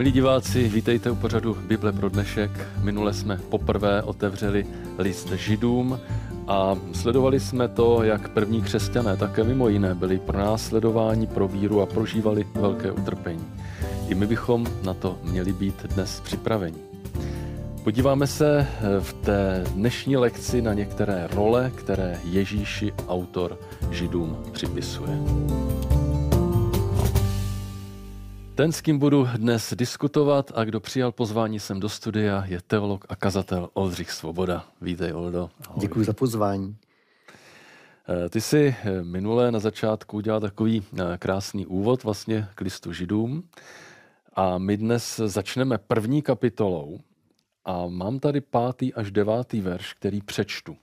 Milí diváci, vítejte u pořadu Bible pro dnešek. Minule jsme poprvé otevřeli list Židům a sledovali jsme to, jak první křesťané také mimo jiné byli pronásledováni pro víru a prožívali velké utrpení. I my bychom na to měli být dnes připraveni. Podíváme se v té dnešní lekci na některé role, které Ježíši autor Židům připisuje. Ten, s kým budu dnes diskutovat a kdo přijal pozvání sem do studia, je teolog a kazatel Oldřich Svoboda. Vítej, Oldo. Ahoj. Děkuji za pozvání. Ty jsi minule na začátku udělal takový krásný úvod vlastně k listu Židům a my dnes začneme první kapitolou a mám tady 5. až 9. verš, který přečtu.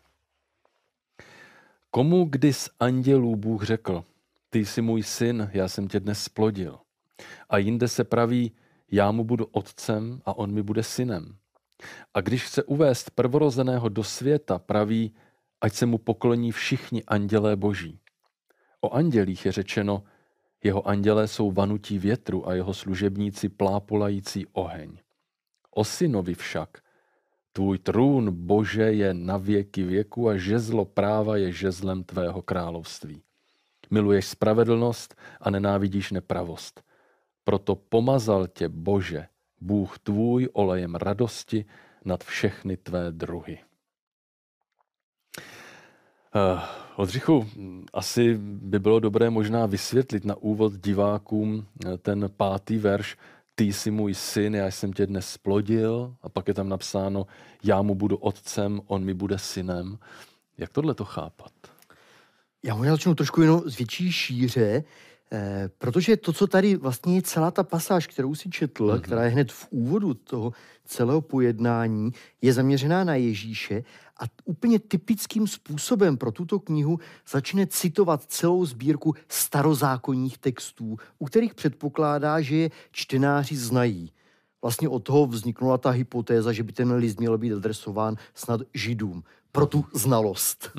Komu kdy z andělů Bůh řekl, ty jsi můj syn, já jsem tě dnes splodil. A jinde se praví, já mu budu otcem a on mi bude synem. A když chce uvést prvorozeného do světa, praví, ať se mu pokloní všichni andělé boží. O andělích je řečeno, jeho andělé jsou vanutí větru a jeho služebníci plápolající oheň. O synovi však, tvůj trůn, Bože, je na věky věku a žezlo práva je žezlem tvého království. Miluješ spravedlnost a nenávidíš nepravost. Proto pomazal tě, Bože, Bůh tvůj olejem radosti nad všechny tvé druhy. Oldřichu, asi by bylo dobré možná vysvětlit na úvod divákům ten 5. verš. Ty jsi můj syn, já jsem tě dnes splodil. A pak je tam napsáno, já mu budu otcem, on mi bude synem. Jak tohle to chápat? Já možná začnu trošku jenom z větší šíře, protože to, co tady vlastně je celá ta pasáž, kterou si četl, která je hned v úvodu toho celého pojednání, je zaměřená na Ježíše a úplně typickým způsobem pro tuto knihu začne citovat celou sbírku starozákonních textů, u kterých předpokládá, že je čtenáři znají. Vlastně od toho vzniknula ta hypotéza, že by ten list měl být adresován snad Židům pro tu znalost.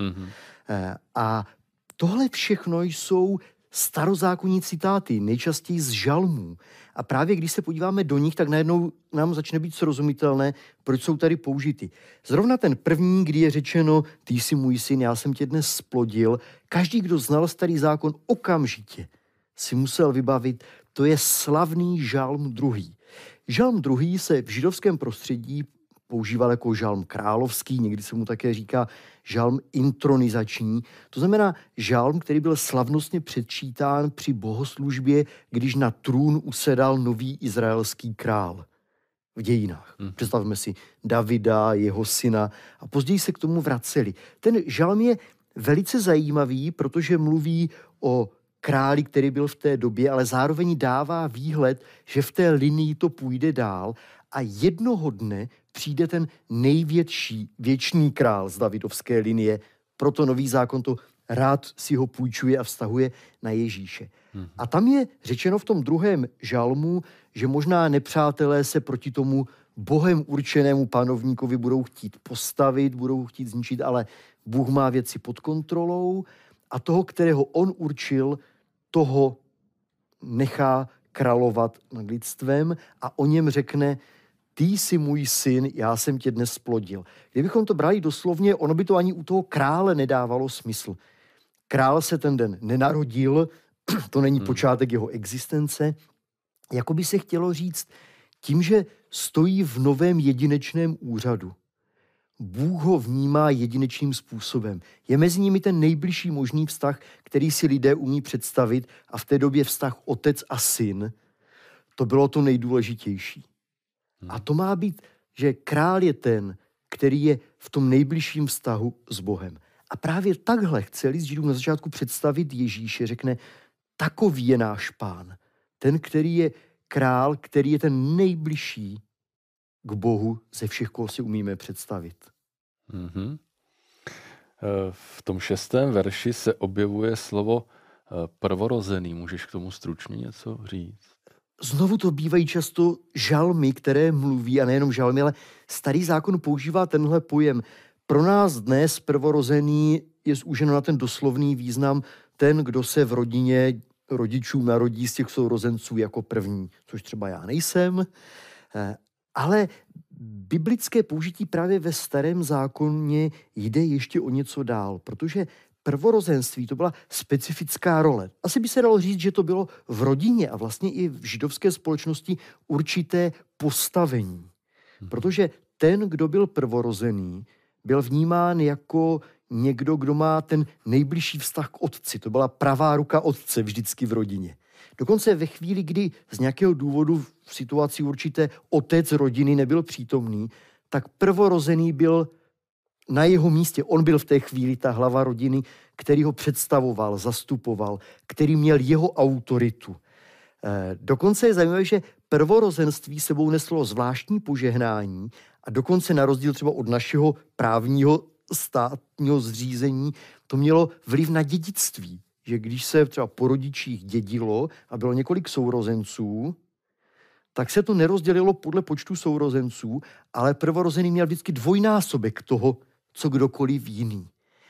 A tohle všechno jsou starozákonní citáty, nejčastěji z žalmů. A právě když se podíváme do nich, tak najednou nám začne být srozumitelné, proč jsou tady použity. Zrovna ten první, kdy je řečeno, ty jsi můj syn, já jsem tě dnes splodil, každý, kdo znal starý zákon, okamžitě si musel vybavit, to je slavný žalm 2. Žalm 2 se v židovském prostředí používal jako žalm královský, někdy se mu také říká žalm intronizační. To znamená žalm, který byl slavnostně předčítán při bohoslužbě, když na trůn usedal nový izraelský král v dějinách. Představme si Davida, jeho syna a později se k tomu vraceli. Ten žalm je velice zajímavý, protože mluví o králi, který byl v té době, ale zároveň dává výhled, že v té linii to půjde dál a jednoho dne přijde ten největší věčný král z davidovské linie. Proto nový zákon to rád si ho půjčuje a vztahuje na Ježíše. A tam je řečeno v tom druhém žalmu, že možná nepřátelé se proti tomu Bohem určenému panovníkovi budou chtít postavit, budou chtít zničit, ale Bůh má věci pod kontrolou a toho, kterého on určil, toho nechá královat nad lidstvem a o něm řekne, ty jsi můj syn, já jsem tě dnes splodil. Kdybychom to brali doslovně, ono by to ani u toho krále nedávalo smysl. Král se ten den nenarodil, to není počátek jeho existence. Jako by se chtělo říct, tím, že stojí v novém jedinečném úřadu, Bůh ho vnímá jedinečným způsobem. Je mezi nimi ten nejbližší možný vztah, který si lidé umí představit a v té době vztah otec a syn, to bylo to nejdůležitější. A to má být, že král je ten, který je v tom nejbližším vztahu s Bohem. A právě takhle chce list Židům na začátku představit Ježíše. Řekne, takový je náš pán. Ten, který je král, který je ten nejbližší k Bohu ze všech, koho si umíme představit. V tom 6. verši se objevuje slovo prvorozený. Můžeš k tomu stručně něco říct? Znovu to bývají často žalmy, které mluví, a nejenom žalmy, ale starý zákon používá tenhle pojem. Pro nás dnes prvorozený je zúženo na ten doslovný význam ten, kdo se v rodině rodičům narodí z těch sourozenců jako první, což třeba já nejsem. Ale biblické použití právě ve Starém zákoně jde ještě o něco dál, protože prvorozenství to byla specifická role. Asi by se dalo říct, že to bylo v rodině a vlastně i v židovské společnosti určité postavení. Protože ten, kdo byl prvorozený, byl vnímán jako někdo, kdo má ten nejbližší vztah k otci. To byla pravá ruka otce vždycky v rodině. Dokonce ve chvíli, kdy z nějakého důvodu v situaci určité otec rodiny nebyl přítomný, tak prvorozený byl na jeho místě. On byl v té chvíli ta hlava rodiny, který ho představoval, zastupoval, který měl jeho autoritu. Dokonce je zajímavé, že prvorozenství sebou neslo zvláštní požehnání a dokonce na rozdíl třeba od našeho právního státního zřízení to mělo vliv na dědictví. Že když se třeba po rodičích dědilo a bylo několik sourozenců, tak se to nerozdělilo podle počtu sourozenců, ale prvorozený měl vždycky dvojnásobek toho, co kdokoliv jiný.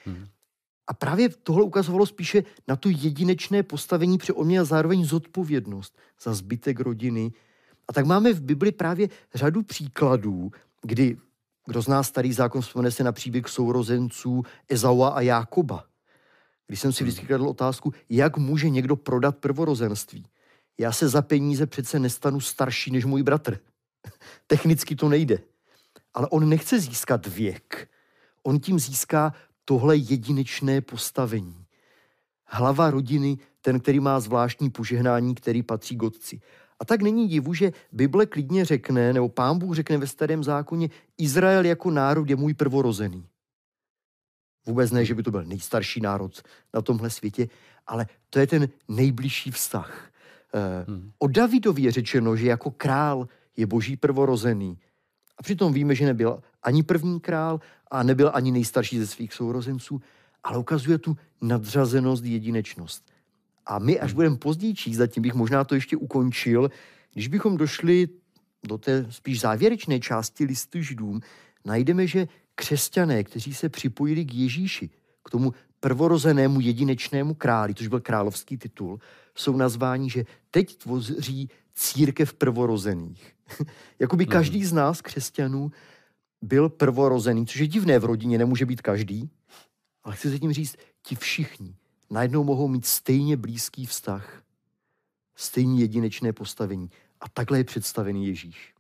A právě tohle ukazovalo spíše na to jedinečné postavení, protože on měl zároveň zodpovědnost za zbytek rodiny. A tak máme v Bibli právě řadu příkladů, kdy, kdo zná Starý zákon, vzpomene se na příběh sourozenců Ezaua a Jákoba. Když jsem si vždycky kladl otázku, jak může někdo prodat prvorozenství. Já se za peníze přece nestanu starší než můj bratr. Technicky to nejde. Ale on nechce získat věk. On tím získá tohle jedinečné postavení. Hlava rodiny, ten, který má zvláštní požehnání, který patří k otci. A tak není divu, že Bible klidně řekne, nebo Pán Bůh řekne ve Starém zákoně, Izrael jako národ je můj prvorozený. Vůbec ne, že by to byl nejstarší národ na tomhle světě, ale to je ten nejbližší vztah. O Davidovi je řečeno, že jako král je boží prvorozený. A přitom víme, že nebyl ani první král a nebyl ani nejstarší ze svých sourozenců, ale ukazuje tu nadřazenost, jedinečnost. A my, až budeme později číst, zatím bych možná to ještě ukončil, když bychom došli do té spíš závěrečné části listu Židům, najdeme, že křesťané, kteří se připojili k Ježíši, k tomu prvorozenému jedinečnému králi, což byl královský titul, jsou nazváni, že teď tvoří církev prvorozených. Jakoby každý z nás, křesťanů, byl prvorozený, což je divné, v rodině nemůže být každý, ale chci se tím říct, ti všichni najednou mohou mít stejně blízký vztah, stejně jedinečné postavení. A takhle je představený Ježíš.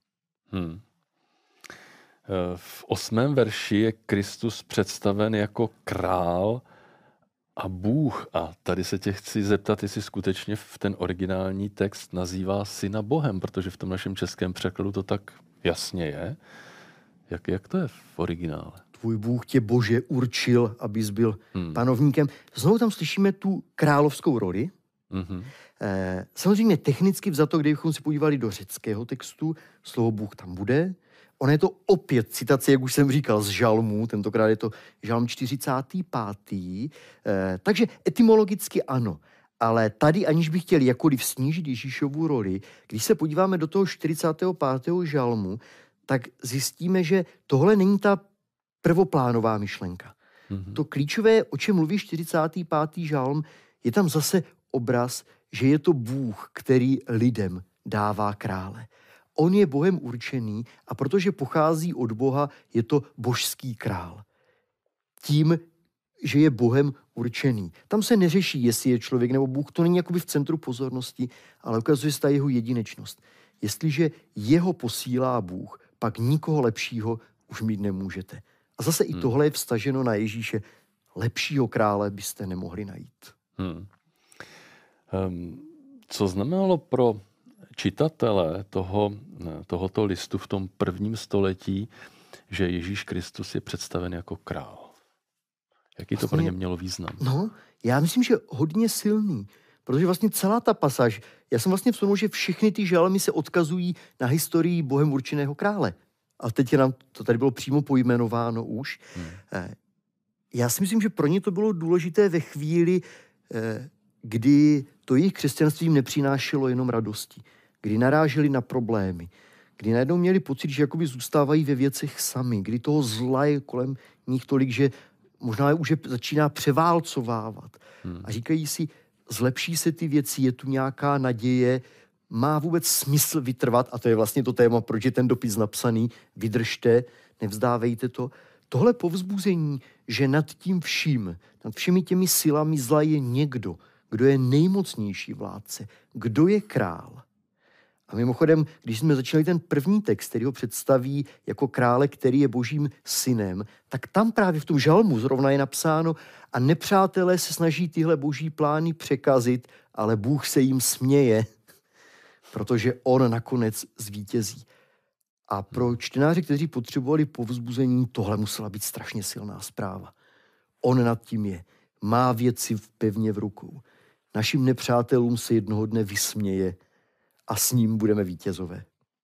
V 8. verši je Kristus představen jako král a Bůh. A tady se tě chci zeptat, jestli skutečně v ten originální text nazývá syna Bohem, protože v tom našem českém překladu to tak jasně je. Jak to je v originále? Tvůj Bůh tě, Bože, určil, abys byl panovníkem. Znovu tam slyšíme tu královskou roli. Samozřejmě technicky vzato, kdybychom se podívali do řeckého textu, slovo Bůh tam bude. Ono je to opět citace, jak už jsem říkal, z žalmů, tentokrát je to žalm 45. Takže etymologicky ano. Ale tady, aniž bych chtěl jakkoliv snížit Ježíšovu roli, když se podíváme do toho 45. žalmu, tak zjistíme, že tohle není ta prvoplánová myšlenka. To klíčové, o čem mluví 45. žalm, je tam zase obraz, že je to Bůh, který lidem dává krále. On je Bohem určený a protože pochází od Boha, je to božský král. Tím, že je Bohem určený. Tam se neřeší, jestli je člověk nebo Bůh, to není jakoby v centru pozornosti, ale ukazuje se ta jeho jedinečnost. Jestliže jeho posílá Bůh, pak nikoho lepšího už mít nemůžete. A zase i tohle je vztaženo na Ježíše. Lepšího krále byste nemohli najít. Co znamenalo pro čitatelé tohoto listu v tom prvním století, že Ježíš Kristus je představen jako král? Jaký to pro ně mělo význam? No, já myslím, že hodně silný. Protože vlastně celá ta pasáž, já jsem vlastně vzpomněl, že všechny ty žalmy se odkazují na historii Bohem určeného krále. A teď nám to tady bylo přímo pojmenováno už. Já si myslím, že pro ně to bylo důležité ve chvíli, kdy to jejich křesťanství nepřinášelo jenom radosti. Kdy naráželi na problémy. Kdy najednou měli pocit, že jakoby zůstávají ve věcech sami. Kdy toho zla je kolem nich tolik, že možná už je začíná převálcovávat. A říkají si, zlepší se ty věci, je tu nějaká naděje, má vůbec smysl vytrvat, a to je vlastně to téma, proč je ten dopis napsaný, vydržte, nevzdávejte to. Tohle povzbuzení, že nad tím vším, nad všemi těmi silami zla je někdo, kdo je nejmocnější vládce, kdo je král. A mimochodem, když jsme začali ten první text, který ho představí jako krále, který je božím synem, tak tam právě v tom žalmu zrovna je napsáno a nepřátelé se snaží tyhle boží plány překazit, ale Bůh se jim směje, protože on nakonec zvítězí. A pro čtenáře, kteří potřebovali povzbuzení, tohle musela být strašně silná zpráva. On nad tím je, má věci pevně v rukou. Našim nepřátelům se jednoho dne vysměje a s ním budeme vítězové.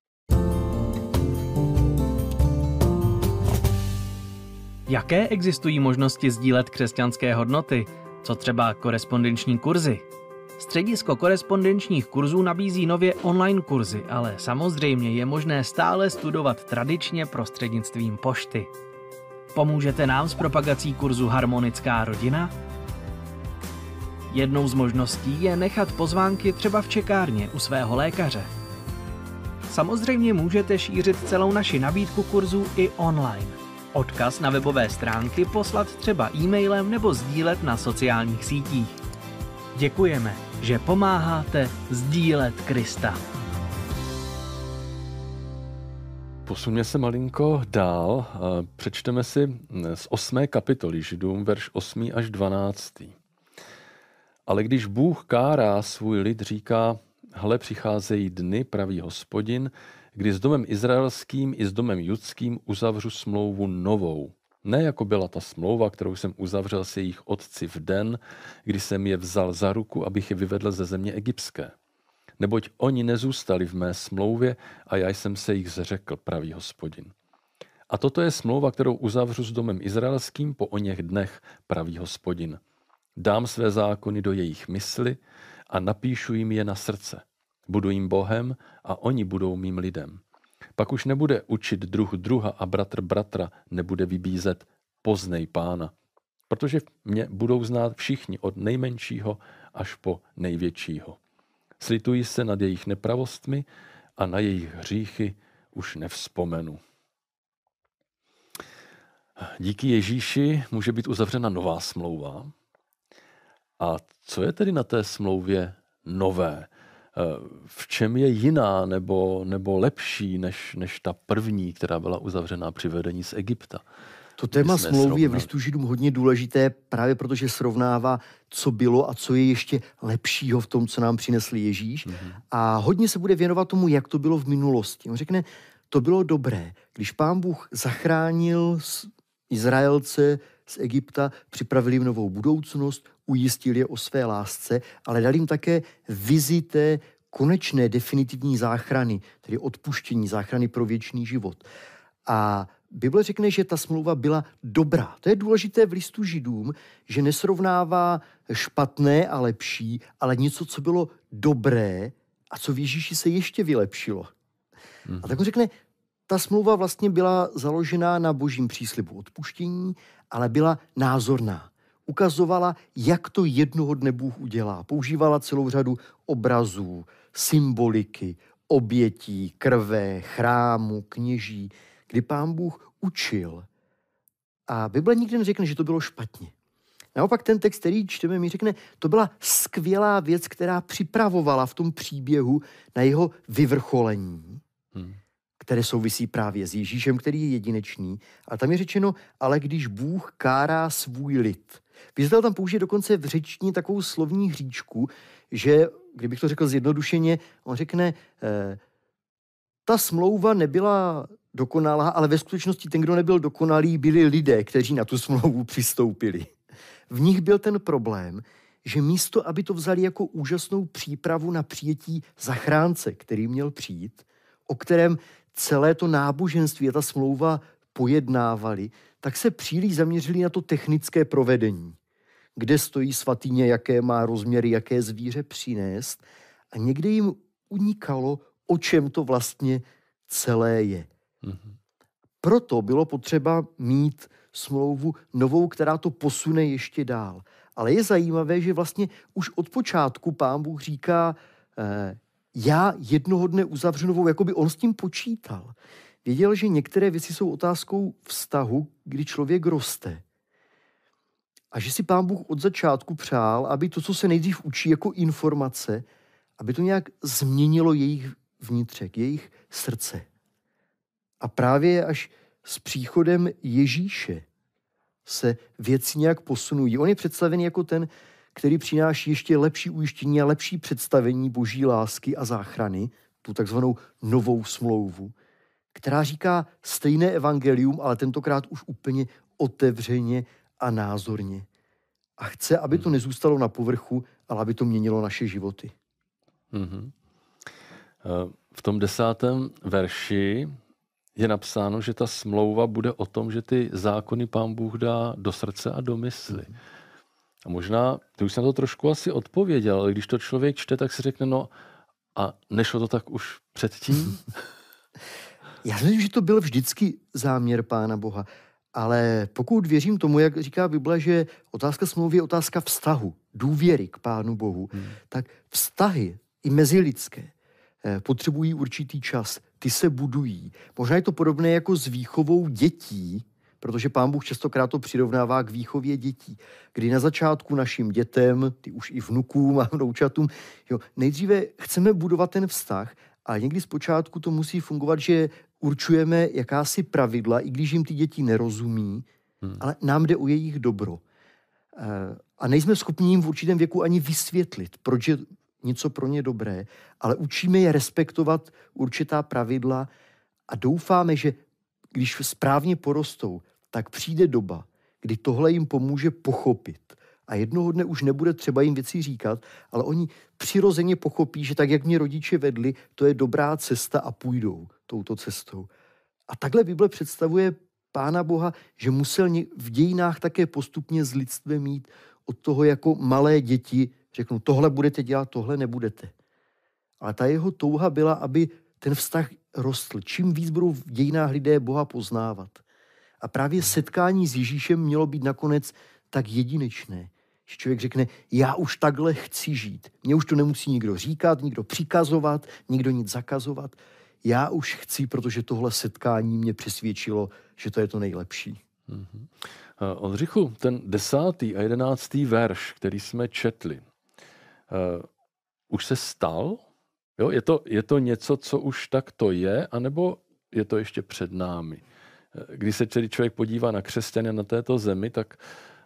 Jaké existují možnosti sdílet křesťanské hodnoty? Co třeba korespondenční kurzy? Středisko korespondenčních kurzů nabízí nově online kurzy, ale samozřejmě je možné stále studovat tradičně prostřednictvím pošty. Pomůžete nám s propagací kurzu Harmonická rodina? Jednou z možností je nechat pozvánky třeba v čekárně u svého lékaře. Samozřejmě můžete šířit celou naši nabídku kurzů i online. Odkaz na webové stránky poslat třeba e-mailem nebo sdílet na sociálních sítích. Děkujeme, že pomáháte sdílet Krista. Posuňme se malinko dál. Přečteme si z 8. kapitoly Židům, verš 8. až 12. Ale když Bůh kárá svůj lid, říká, hle, přicházejí dny, pravý Hospodin, kdy s domem izraelským i s domem judským uzavřu smlouvu novou. Ne jako byla ta smlouva, kterou jsem uzavřel s jejich otci v den, kdy jsem je vzal za ruku, abych je vyvedl ze země egyptské. Neboť oni nezůstali v mé smlouvě a já jsem se jich zřekl, pravý Hospodin. A toto je smlouva, kterou uzavřu s domem izraelským po oněch dnech, pravý Hospodin. Dám své zákony do jejich mysli a napíšu jim je na srdce. Budu jim Bohem a oni budou mým lidem. Pak už nebude učit druh druha a bratr bratra nebude vybízet poznej Pána. Protože mě budou znát všichni od nejmenšího až po největšího. Slituji se nad jejich nepravostmi a na jejich hříchy už nevzpomenu. Díky Ježíši může být uzavřena nová smlouva. A co je tedy na té smlouvě nové? V čem je jiná nebo lepší než ta první, která byla uzavřená při vedení z Egypta? To téma smlouvy je v listu Židům hodně důležité, právě protože srovnává, co bylo a co je ještě lepšího v tom, co nám přinesl Ježíš. A hodně se bude věnovat tomu, jak to bylo v minulosti. On řekne, to bylo dobré, když Pán Bůh zachránil Izraelce z Egypta, připravil jim novou budoucnost, ujistil je o své lásce, ale dal jim také vizi té konečné definitivní záchrany, tedy odpuštění, záchrany pro věčný život. A Bible řekne, že ta smlouva byla dobrá. To je důležité v listu Židům, že nesrovnává špatné a lepší, ale něco, co bylo dobré a co v Ježíši se ještě vylepšilo. A tak on řekne, ta smlouva vlastně byla založená na božím příslibu odpuštění, ale byla názorná. Ukazovala, jak to jednoho dne Bůh udělá. Používala celou řadu obrazů, symboliky, obětí, krve, chrámu, kněží, kdy Pán Bůh učil. A Bible nikdy neřekne, že to bylo špatně. Naopak ten text, který čteme, mi řekne, to byla skvělá věc, která připravovala v tom příběhu na jeho vyvrcholení, které souvisí právě s Ježíšem, který je jedinečný. A tam je řečeno, ale když Bůh kárá svůj lid. Vyzdal tam použije dokonce v řečtině takovou slovní hříčku, že, kdybych to řekl zjednodušeně, on řekne, ta smlouva nebyla dokonalá, ale ve skutečnosti ten, kdo nebyl dokonalý, byli lidé, kteří na tu smlouvu přistoupili. V nich byl ten problém, že místo, aby to vzali jako úžasnou přípravu na přijetí zachránce, který měl přijít, o kterém celé to náboženství a ta smlouva pojednávali, tak se příliš zaměřili na to technické provedení. Kde stojí svatyně, jaké má rozměry, jaké zvíře přinést. A někdy jim unikalo, o čem to vlastně celé je. proto bylo potřeba mít smlouvu novou, která to posune ještě dál. Ale je zajímavé, že vlastně už od počátku Pán Bůh říká, já jednoho dne uzavřu novou, jako by on s tím počítal. Věděl, že některé věci jsou otázkou vztahu, kdy člověk roste. A že si Pán Bůh od začátku přál, aby to, co se nejdřív učí jako informace, aby to nějak změnilo jejich vnitřek, jejich srdce. A právě až s příchodem Ježíše se věci nějak posunují. On je představený jako ten, který přináší ještě lepší ujištění a lepší představení boží lásky a záchrany, tu takzvanou novou smlouvu, která říká stejné evangelium, ale tentokrát už úplně otevřeně a názorně. A chce, aby to nezůstalo na povrchu, ale aby to měnilo naše životy. V tom 10. verši je napsáno, že ta smlouva bude o tom, že ty zákony Pán Bůh dá do srdce a do mysli. A možná, ty už jsem to trošku asi odpověděl, ale když to člověk čte, tak si řekne, no a nešlo to tak už předtím? Já myslím, že to byl vždycky záměr Pána Boha. Ale pokud věřím tomu, jak říká Bible, že otázka smlouvy je otázka vztahu, důvěry k Pánu Bohu, tak vztahy i mezilidské potřebují určitý čas. Ty se budují. Možná je to podobné jako s výchovou dětí, protože Pán Bůh častokrát to přirovnává k výchově dětí, kdy na začátku našim dětem, ty už i vnukům a vnoučatům, nejdříve chceme budovat ten vztah, ale někdy zpočátku to musí fungovat, že určujeme jakási pravidla, i když jim ty děti nerozumí, ale nám jde o jejich dobro. A nejsme schopni jim v určitém věku ani vysvětlit, proč je něco pro ně dobré, ale učíme je respektovat určitá pravidla a doufáme, že když správně porostou, tak přijde doba, kdy tohle jim pomůže pochopit. A jednoho dne už nebude třeba jim věci říkat, ale oni přirozeně pochopí, že tak, jak mě rodiče vedli, to je dobrá cesta a půjdou touto cestou. A takhle Bible představuje Pána Boha, že musel v dějinách také postupně s lidstvem mít od toho jako malé děti, řeknu, tohle budete dělat, tohle nebudete. Ale ta jeho touha byla, aby ten vztah rostl. Čím víc budou v dějinách lidé Boha poznávat. A právě setkání s Ježíšem mělo být nakonec tak jedinečné, že člověk řekne, já už takhle chci žít. Mně už to nemusí nikdo říkat, nikdo přikazovat, nikdo nic zakazovat. Já už chci, protože tohle setkání mě přesvědčilo, že to je to nejlepší. Oldřichu, ten 10. a 11. verš, který jsme četli, už se stal? Jo, je to něco, co už takto je, anebo je to ještě před námi? Když se tedy člověk podívá na křesťany na této zemi, tak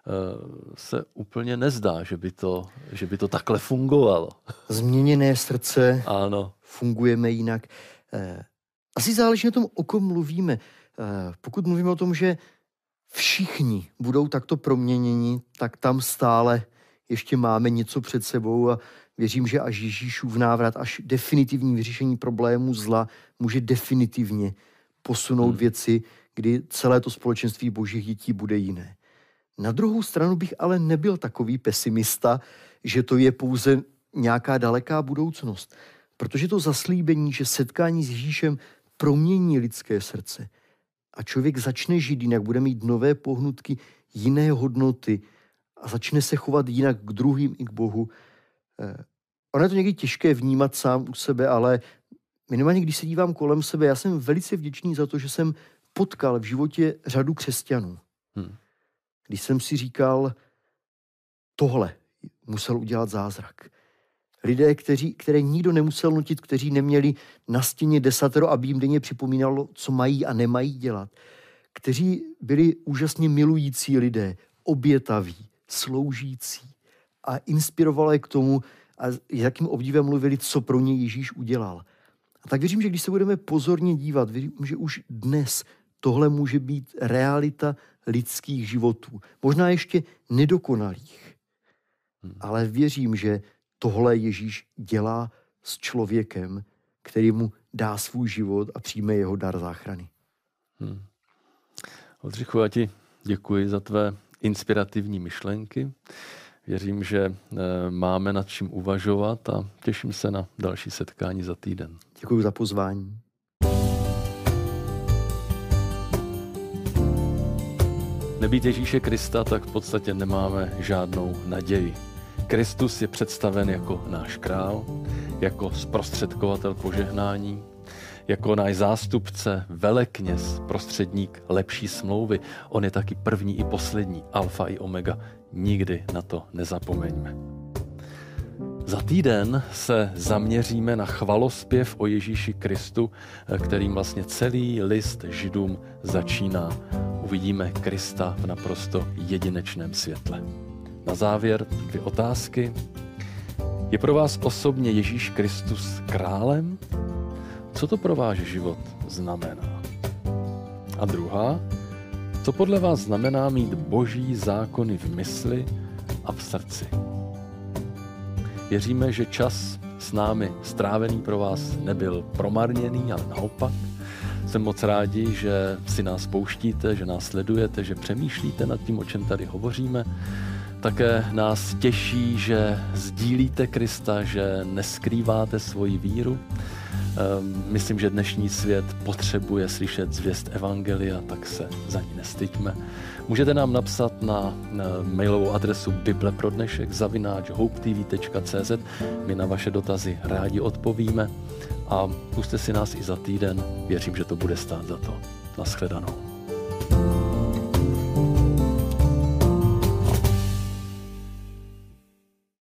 se úplně nezdá, že by to takhle fungovalo. Změněné srdce, ano. Fungujeme jinak. Asi záleží na tom, o kom mluvíme. Pokud mluvíme o tom, že všichni budou takto proměněni, tak tam stále ještě máme něco před sebou a věřím, že až Ježíšův návrat, až definitivní vyřešení problému zla může definitivně posunout věci, kdy celé to společenství božích dětí bude jiné. Na druhou stranu bych ale nebyl takový pesimista, že to je pouze nějaká daleká budoucnost. Protože to zaslíbení, že setkání s Ježíšem promění lidské srdce a člověk začne žít jinak, bude mít nové pohnutky, jiné hodnoty a začne se chovat jinak k druhým i k Bohu. Ono je to někdy těžké vnímat sám u sebe, ale minimálně když se dívám kolem sebe, já jsem velice vděčný za to, že jsem potkal v životě řadu křesťanů. Když jsem si říkal, tohle musel udělat zázrak. Lidé, které nikdo nemusel nutit, kteří neměli na stěně desatero, aby jim denně připomínalo, co mají a nemají dělat. Kteří byli úžasně milující lidé, obětaví, sloužící a inspirovalo je k tomu, a jakým obdivem mluvili, co pro ně Ježíš udělal. A tak věřím, že když se budeme pozorně dívat, věřím, že už dnes tohle může být realita lidských životů. Možná ještě nedokonalých. Ale věřím, že tohle Ježíš dělá s člověkem, který mu dá svůj život a přijme jeho dar záchrany. Oldřichu, já ti děkuji za tvé inspirativní myšlenky. Věřím, že máme nad čím uvažovat a těším se na další setkání za týden. Děkuji za pozvání. nebýt Ježíše Krista, tak v podstatě nemáme žádnou naději. Kristus je představen jako náš král, jako zprostředkovatel požehnání, jako náš zástupce, velekněz, prostředník lepší smlouvy. On je taky první i poslední, alfa i omega. Nikdy na to nezapomeňme. Za týden se zaměříme na chvalospěv o Ježíši Kristu, kterým vlastně celý list Židům začíná. Uvidíme Krista v naprosto jedinečném světle. Na závěr 2 otázky. Je pro vás osobně Ježíš Kristus králem? Co to pro váš život znamená? A druhá, co podle vás znamená mít boží zákony v mysli a v srdci? Věříme, že čas s námi strávený pro vás nebyl promarněný, ale naopak. Jsem moc rádi, že si nás pouštíte, že nás sledujete, že přemýšlíte nad tím, o čem tady hovoříme. Také nás těší, že sdílíte Krista, že neskrýváte svoji víru. Myslím, že dnešní svět potřebuje slyšet zvěst evangelia, tak se za ní nestyďme. Můžete nám napsat na mailovou adresu bibleprodnešek@hopetv.cz. My na vaše dotazy rádi odpovíme a puste si nás i za týden. Věřím, že to bude stát za to. Naschledanou.